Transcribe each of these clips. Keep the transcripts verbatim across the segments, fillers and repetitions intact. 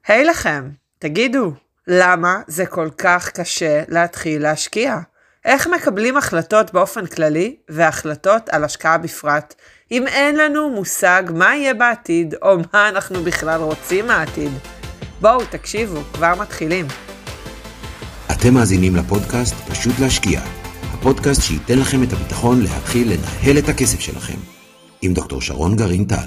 היי לכם, תגידו, למה זה כל כך קשה להתחיל להשקיע? איך מקבלים החלטות באופן כללי והחלטות על השקעה בפרט, אם אין לנו מושג מה יהיה בעתיד או מה אנחנו בכלל רוצים מהעתיד? בואו תקשיבו, כבר מתחילים. אתם מאזינים לפודקאסט פשוט להשקיע, הפודקאסט שייתן לכם את הביטחון להתחיל לנהל את הכסף שלכם, עם דוקטור שרון גרעין טל.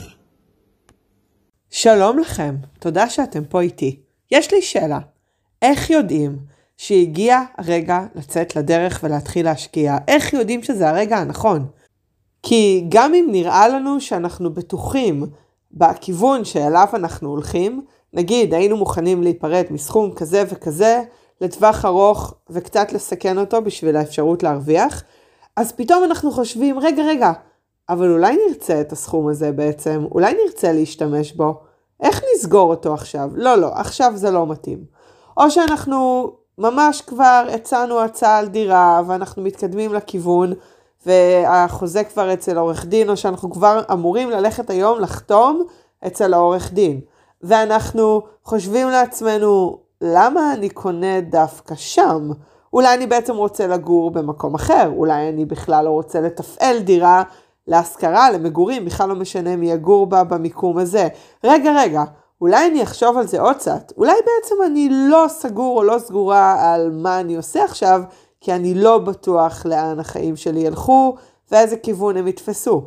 שלום לכם, תודה שאתם פה איתי. יש לי שאלה, איך יודעים שהגיע הרגע לצאת לדרך ולהתחיל להשקיע? איך יודעים שזה הרגע הנכון? כי גם אם נראה לנו שאנחנו בטוחים בכיוון שאליו אנחנו הולכים, נגיד היינו מוכנים להיפרד מסכום כזה וכזה לטווח ארוך וקצת לסכן אותו בשביל האפשרות להרוויח, אז פתאום אנחנו חושבים, רגע רגע, אבל אולי נרצה את הסכום הזה בעצם, אולי נרצה להשתמש בו, איך נסגור אותו עכשיו? לא, לא, עכשיו זה לא מתאים. או שאנחנו ממש כבר הצענו הצעה על דירה ואנחנו מתקדמים לכיוון והחוזה כבר אצל עורך דין, או שאנחנו כבר אמורים ללכת היום לחתום אצל העורך דין. ואנחנו חושבים לעצמנו, למה אני קונה דווקא שם? אולי אני בעצם רוצה לגור במקום אחר, אולי אני בכלל לא רוצה לתפעל דירה להשכרה, למגורים, בכלל לא משנה מי יגור בה במיקום הזה. רגע, רגע, אולי אני אחשוב על זה עוד קצת. אולי בעצם אני לא סגור או לא סגורה על מה אני עושה עכשיו, כי אני לא בטוח לאן החיים שלי ילכו, ואיזה כיוון הם יתפסו.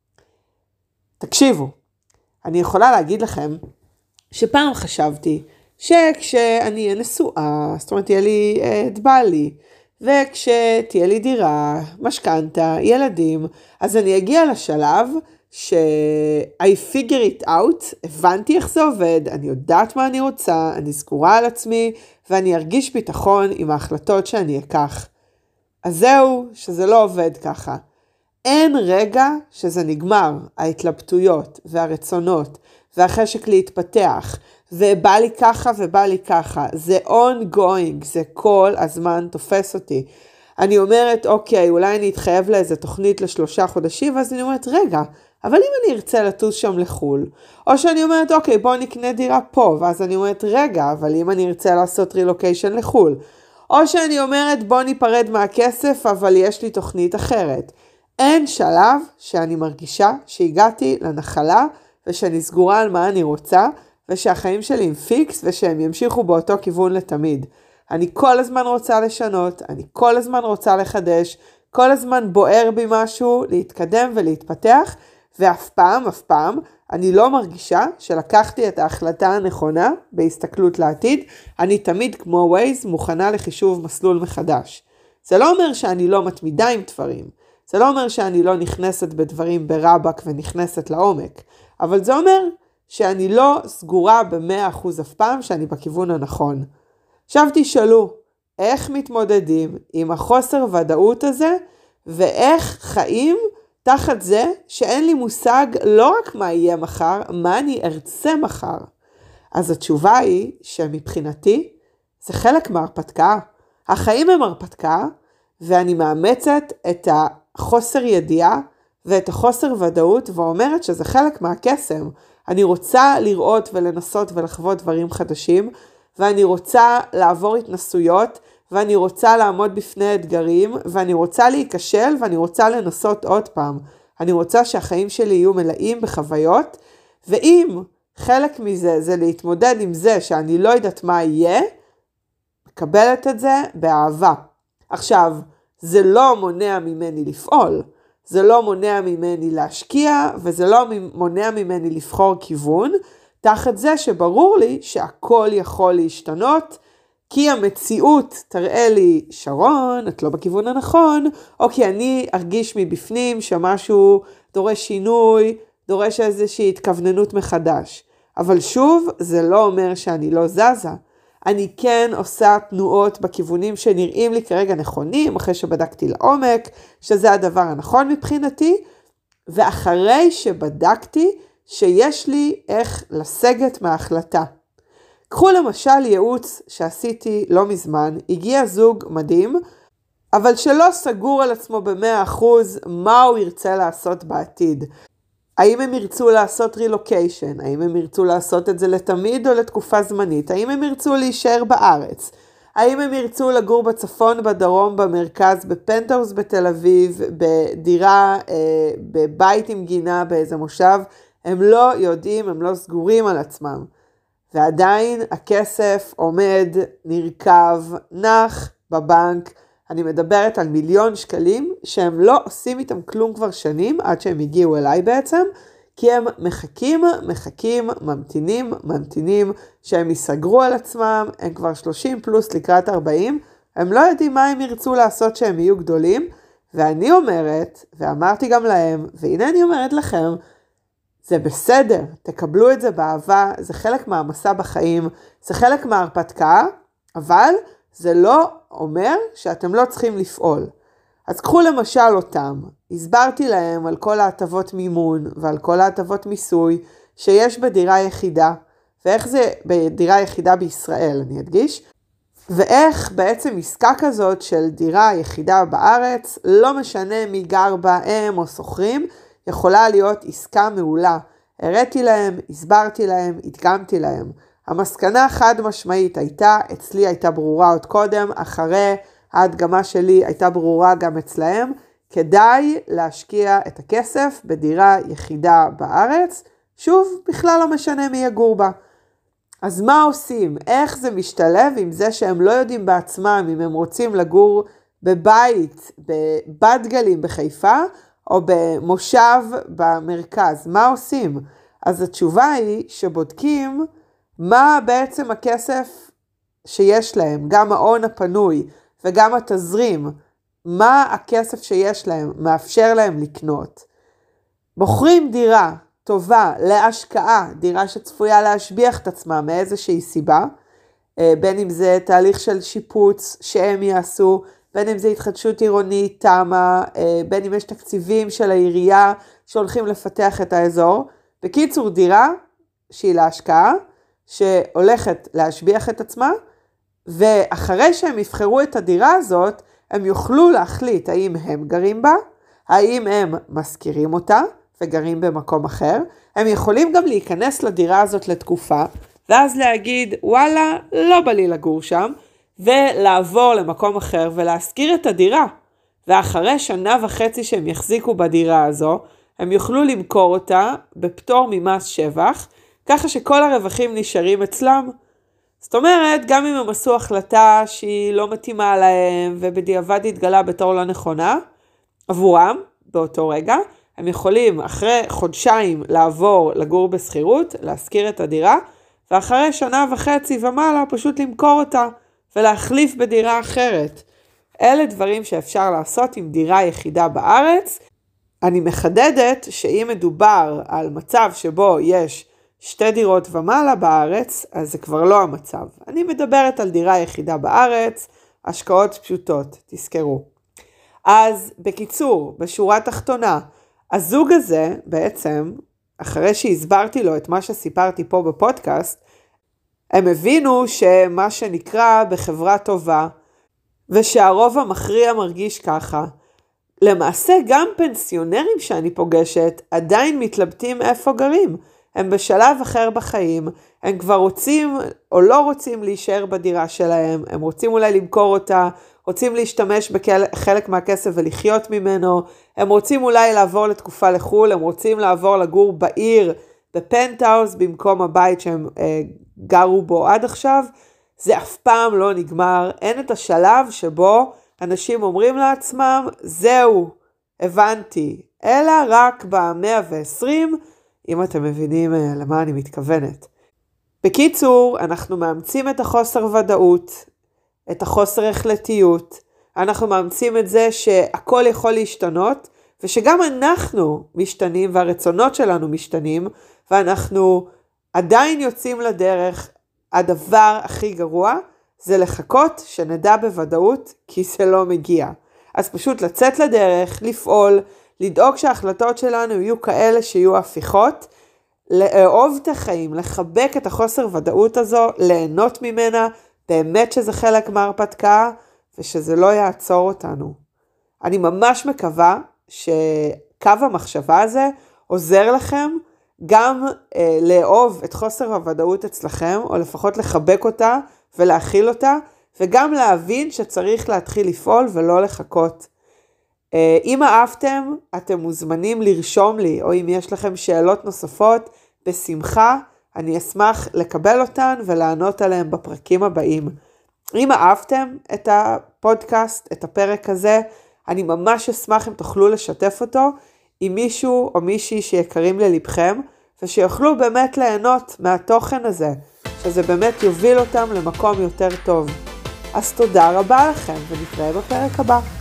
תקשיבו, אני יכולה להגיד לכם, שפעם חשבתי, שכשאני אהיה נשואה, זאת אומרת, תהיה לי את בעלי, וכשתהיה לי דירה, משכנתה, ילדים, אז אני אגיע לשלב ש- I figure it out, הבנתי איך זה עובד, אני יודעת מה אני רוצה, אני סגורה על עצמי, ואני ארגיש ביטחון עם ההחלטות שאני אקח. אז זהו, שזה לא עובד ככה. אין רגע שזה נגמר, ההתלבטויות והרצונות, והחשק להתפתח, ובא לי ככה ובא לי ככה. זה ongoing, זה כל הזמן תופס אותי. אני אומרת, אוקיי, אולי אני אתחייב לאיזה תוכנית לשלושה חודשים, ואז אני אומרת, רגע, אבל אם אני ארצה לטוס שם לחול, או שאני אומרת, אוקיי, בוא נקנה דירה פה, ואז אני אומרת, רגע, אבל אם אני ארצה לעשות רילוקיישן לחול, או שאני אומרת, בוא ניפרד מהכסף, אבל יש לי תוכנית אחרת. אין שלב שאני מרגישה שהגעתי לנחלה, ושאני סגורה על מה אני רוצה, ושהחיים שלי הם פיקס, ושהם ימשיכו באותו כיוון לתמיד. אני כל הזמן רוצה לשנות, אני כל הזמן רוצה לחדש, כל הזמן בוער בי משהו, להתקדם ולהתפתח, ואף פעם, אף פעם, אני לא מרגישה שלקחתי את ההחלטה הנכונה בהסתכלות לעתיד, אני תמיד כמו ווייז מוכנה לחישוב מסלול מחדש. זה לא אומר שאני לא מתמידה עם דברים, זה לא אומר שאני לא נכנסת בדברים ברבק ונכנסת לעומק, אבל זה אומר שאני לא סגורה ב-מאה אחוז אף פעם שאני בכיוון הנכון. עכשיו תשאלו, איך מתמודדים עם החוסר ודאות הזה, ואיך חיים תחת זה שאין לי מושג לא רק מה יהיה מחר, מה אני ארצה מחר. אז התשובה היא שמבחינתי זה חלק מהרפתקה. החיים הם הרפתקה, ואני מאמצת את החוסר ידיעה ואת החוסר ודאות, ואומרת שזה חלק מהקסם. אני רוצה לראות ולנסות ולחוות דברים חדשים, ואני רוצה לעבור התנסויות, ואני רוצה לעמוד בפני אתגרים, ואני רוצה להיכשל, ואני רוצה לנסות עוד פעם. אני רוצה שהחיים שלי יהיו מלאים בחוויות, ואם חלק מזה זה להתמודד עם זה שאני לא יודעת מה יהיה, מקבלת את זה באהבה. עכשיו, זה לא מונע ממני לפעול, זה לא מונע ממני להשקיע, וזה לא מונע ממני לבחור כיוון, תחת זה שברור לי שהכל יכול להשתנות, כי המציאות תראה לי, שרון, את לא בכיוון הנכון, או כי אני ארגיש מבפנים שמשהו דורש שינוי, דורש איזושהי התכווננות מחדש. אבל שוב, זה לא אומר שאני לא זזה. אני כן עושה תנועות בכיוונים שנראים לי כרגע נכונים, אחרי שבדקתי לעומק, שזה הדבר הנכון מבחינתי, ואחרי שבדקתי שיש לי איך לסגת מההחלטה. קחו למשל ייעוץ שעשיתי לא מזמן, הגיע זוג מדהים, אבל שלא סגור על עצמו ב-מאה אחוז מה הוא ירצה לעשות בעתיד. האם הם ירצו לעשות רילוקיישן? האם הם ירצו לעשות את זה לתמיד או לתקופה זמנית? האם הם ירצו להישאר בארץ? האם הם ירצו לגור בצפון, בדרום, במרכז, בפנטהאוס בתל אביב, בדירה, אה, בבית עם גינה, באיזה מושב? הם לא יודעים, הם לא סגורים על עצמם. ועדיין הכסף עומד, נרכב, נח בבנק. אני מדברת על מיליון שקלים שהם לא עושים איתם כלום כבר שנים, עד שהם הגיעו אליי בעצם, כי הם מחכים, מחכים, ממתינים, ממתינים, שהם יסגרו על עצמם, הם כבר שלושים פלוס לקראת ארבעים, הם לא יודעים מה הם ירצו לעשות שהם יהיו גדולים, ואני אומרת, ואמרתי גם להם, והנה אני אומרת לכם, זה בסדר, תקבלו את זה באהבה, זה חלק מהמסע בחיים, זה חלק מההרפתקה, אבל זה לא אומר שאתם לא צריכים לפעול. אז קחו למשל אותם, הסברתי להם על כל ההטבות מימון ועל כל ההטבות מיסוי שיש בדירה יחידה, ואיך זה בדירה יחידה בישראל, אני אדגיש, ואיך בעצם עסקה כזאת של דירה יחידה בארץ, לא משנה מי גר בה, הם או סוחרים, יכולה להיות עסקה מעולה. הראיתי להם, הסברתי להם, הדגמתי להם. המסקנה חד משמעית הייתה, אצלי הייתה ברורה עוד קודם, אחרי ההדגמה שלי הייתה ברורה גם אצלהם, כדאי להשקיע את הכסף בדירה יחידה בארץ, שוב, בכלל לא משנה מי יגור בה. אז מה עושים? איך זה משתלב עם זה שהם לא יודעים בעצמם אם הם רוצים לגור בבית, בבת גלים בחיפה, או במושב במרכז? מה עושים? אז התשובה היא שבודקים מה בעצם הכסף שיש להם, גם ההון הפנוי וגם התזרים, מה הכסף שיש להם מאפשר להם לקנות. בוחרים דירה טובה להשקעה, דירה שצפויה להשביח את עצמה מאיזושהי סיבה, בין אם זה תהליך של שיפוץ שהם יעשו, בין אם זה התחדשות עירונית, תמה, בין אם יש תקציבים של העירייה שהולכים לפתח את האזור. בקיצור, דירה שהיא להשקעה, שהולכת להשביח את עצמה, ואחרי שהם יבחרו את הדירה הזאת, הם יוכלו להחליט האם הם גרים בה, האם הם מזכירים אותה וגרים במקום אחר. הם יכולים גם להיכנס לדירה הזאת לתקופה, ואז להגיד, וואלה, לא בא לי לגור שם, ולעבור למקום אחר ולהזכיר את הדירה. ואחרי שנה וחצי שהם יחזיקו בדירה הזו, הם יוכלו למכור אותה בפטור ממס שבח, ככה שכל הרווחים נשארים אצלם. זאת אומרת, גם אם הם עשו החלטה שהיא לא מתאימה להם, ובדיעבד התגלה בתור לא נכונה, עבורם, באותו רגע, הם יכולים אחרי חודשיים לעבור לגור בסחירות, להזכיר את הדירה, ואחרי שנה וחצי ומעלה פשוט למכור אותה, ולהחליף בדירה אחרת. אלה דברים שאפשר לעשות עם דירה יחידה בארץ. אני מחדדת שאם מדובר על מצב שבו יש שתי דירות ומעלה בארץ, אז זה כבר לא המצב. אני מדברת על דירה יחידה בארץ, השקעות פשוטות, תזכרו. אז בקיצור, בשורה תחתונה, הזוג הזה בעצם, אחרי שהסברתי לו את מה שסיפרתי פה בפודקאסט, הם הבינו שמה שנקרא בחברה טובה, ושהרוב המכריע מרגיש ככה. למעשה גם פנסיונרים שאני פוגשת עדיין מתלבטים איפה גרים. הם בשלב אחר בחיים, הם כבר רוצים או לא רוצים להישאר בדירה שלהם, הם רוצים אולי למכור אותה, רוצים להשתמש בחלק מהכסף ולחיות ממנו, הם רוצים אולי לעבור לתקופה לחול, הם רוצים לעבור לגור בעיר, בפנטהאוס, במקום הבית שהם אה, גרו בו עד עכשיו. זה אף פעם לא נגמר, אין את השלב שבו אנשים אומרים לעצמם, זהו, הבנתי, אלא רק ב-מאה ועשרים, אם אתם מבינים למה אני מתכוונת. בקיצור, אנחנו מאמצים את החוסר ודאות, את החוסר החלטיות, אנחנו מאמצים את זה שהכל יכול להשתנות, ושגם אנחנו משתנים והרצונות שלנו משתנים, ואנחנו עדיין יוצאים לדרך. הדבר הכי גרוע זה לחכות שנדע בוודאות, כי זה לא מגיע. אז פשוט לצאת לדרך, לפעול, לדאוג שההחלטות שלנו יהיו כאלה שיהיו הפיכות, לאהוב את החיים, לחבק את החוסר ודאות הזו, ליהנות ממנה, באמת שזה חלק מההרפתקה, ושזה לא יעצור אותנו. אני ממש מקווה שקו המחשבה הזה עוזר לכם גם אה, לאהוב את חוסר הוודאות אצלכם, או לפחות לחבק אותה ולהכיל אותה, וגם להבין שצריך להתחיל לפעול ולא לחכות. אה, אם אהבתם, אתם מוזמנים לרשום לי, או אם יש לכם שאלות נוספות, בשמחה, אני אשמח לקבל אותן ולענות עליהן בפרקים הבאים. אם אהבתם את הפודקאסט, את הפרק הזה, אני ממש אשמח אם תוכלו לשתף אותו עם מישהו או מישהי שיקרים ללבכם, ושיוכלו באמת ליהנות מהתוכן הזה, שזה באמת יוביל אותם למקום יותר טוב. אז תודה רבה לכם, ונתראה בפרק הבא.